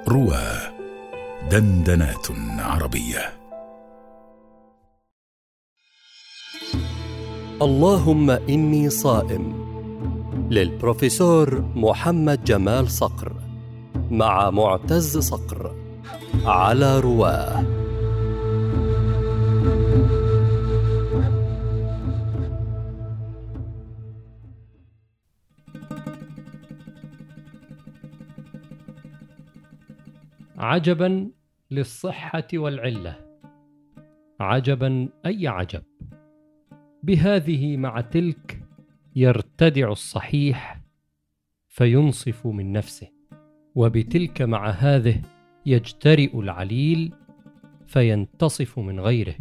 روى دندنات عربية. اللهم إني صائم، للبروفيسور محمد جمال صقر مع معتز صقر على رواه. عجبا للصحة والعلة، عجبا أي عجب، بهذه مع تلك يرتدع الصحيح فينصف من نفسه، وبتلك مع هذه يجترئ العليل فينتصف من غيره.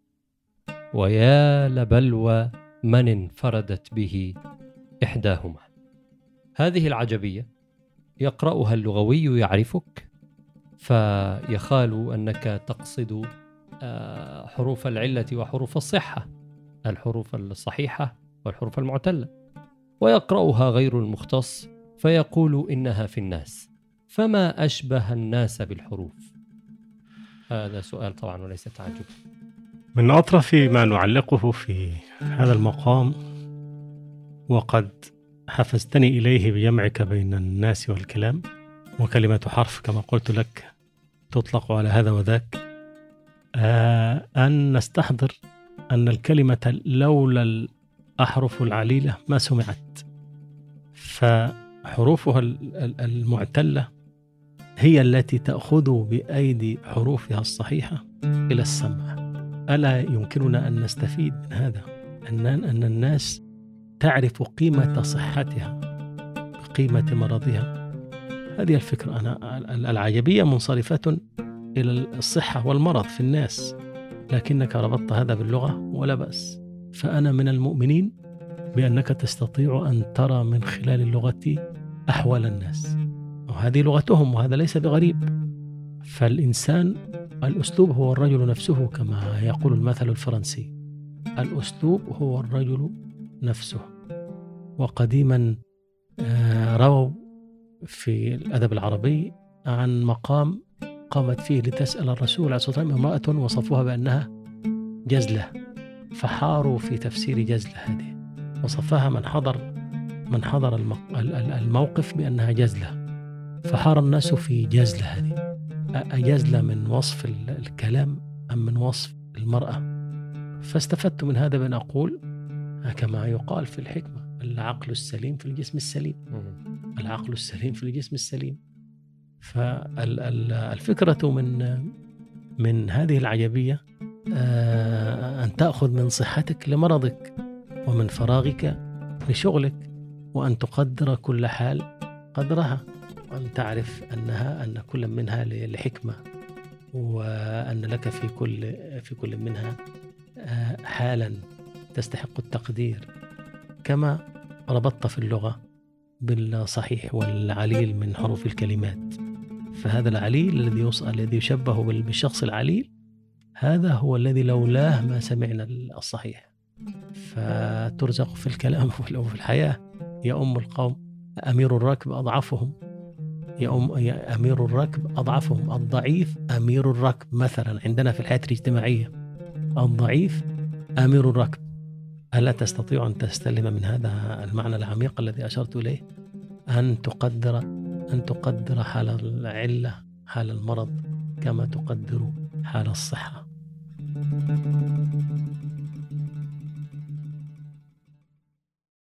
ويا لبلوى من انفردت به إحداهما. هذه العجبية يقرأها اللغوي يعرفك فيخال أنك تقصد حروف العلة وحروف الصحة، الحروف الصحيحة والحروف المعتلة، ويقرأها غير المختص فيقول إنها في الناس، فما أشبه الناس بالحروف؟ هذا سؤال طبعا وليس تعجب. من أطرف ما نعلقه في هذا المقام، وقد حفزتني إليه بجمعك بين الناس والكلام، وكلمة حرف كما قلت لك تطلق على هذا وذاك، أن نستحضر أن الكلمة لولا الأحرف العليلة ما سمعت، فحروفها المعتلة هي التي تأخذ بأيدي حروفها الصحيحة إلى السمع. ألا يمكننا أن نستفيد من هذا، أن الناس تعرف قيمة صحتها بقيمة مرضها؟ هذه الفكرة. أنا العجبية منصرفة إلى الصحة والمرض في الناس، لكنك ربطت هذا باللغة ولا بأس. فأنا من المؤمنين بأنك تستطيع أن ترى من خلال اللغة أحوال الناس، وهذه لغتهم وهذا ليس بغريب. فالإنسان الأسلوب هو الرجل نفسه كما يقول المثل الفرنسي، الأسلوب هو الرجل نفسه. وقديما رووا في الأدب العربي عن مقام قامت فيه لتسأل الرسول عليه الصلاة والسلام امرأة وصفوها بأنها جزلة، فحاروا في تفسير جزلة هذه، وصفها من حضر الموقف بأنها جزلة، فحار الناس في جزلة هذه. أجزلة من وصف الكلام أم من وصف المرأة؟ فاستفدت من هذا بأن أقول كما يقال في الحكمة: العقل السليم في الجسم السليم، العقل السليم في الجسم السليم. فالفكرة من هذه العجبية أن تأخذ من صحتك لمرضك، ومن فراغك لشغلك، وأن تقدر كل حال قدرها، وأن تعرف أن كل منها لحكمة، وأن لك في كل منها حالا تستحق التقدير. كما ربطت في اللغة بالصحيح والعليل من حروف الكلمات، فهذا العليل الذي يشبه بالشخص العليل، هذا هو الذي لولاه ما سمعنا الصحيح. فترزق في الكلام وفي الحياة يا أم القوم أمير الركب أضعفهم، يا أمير الركب أضعفهم، الضعيف أمير الركب. مثلا عندنا في الحياة الاجتماعية الضعيف أمير الركب. ألا تستطيع أن تستلم من هذا المعنى العميق الذي أشرت إليه؟ أن تقدر حال العلة، حال المرض، كما تقدر حال الصحة.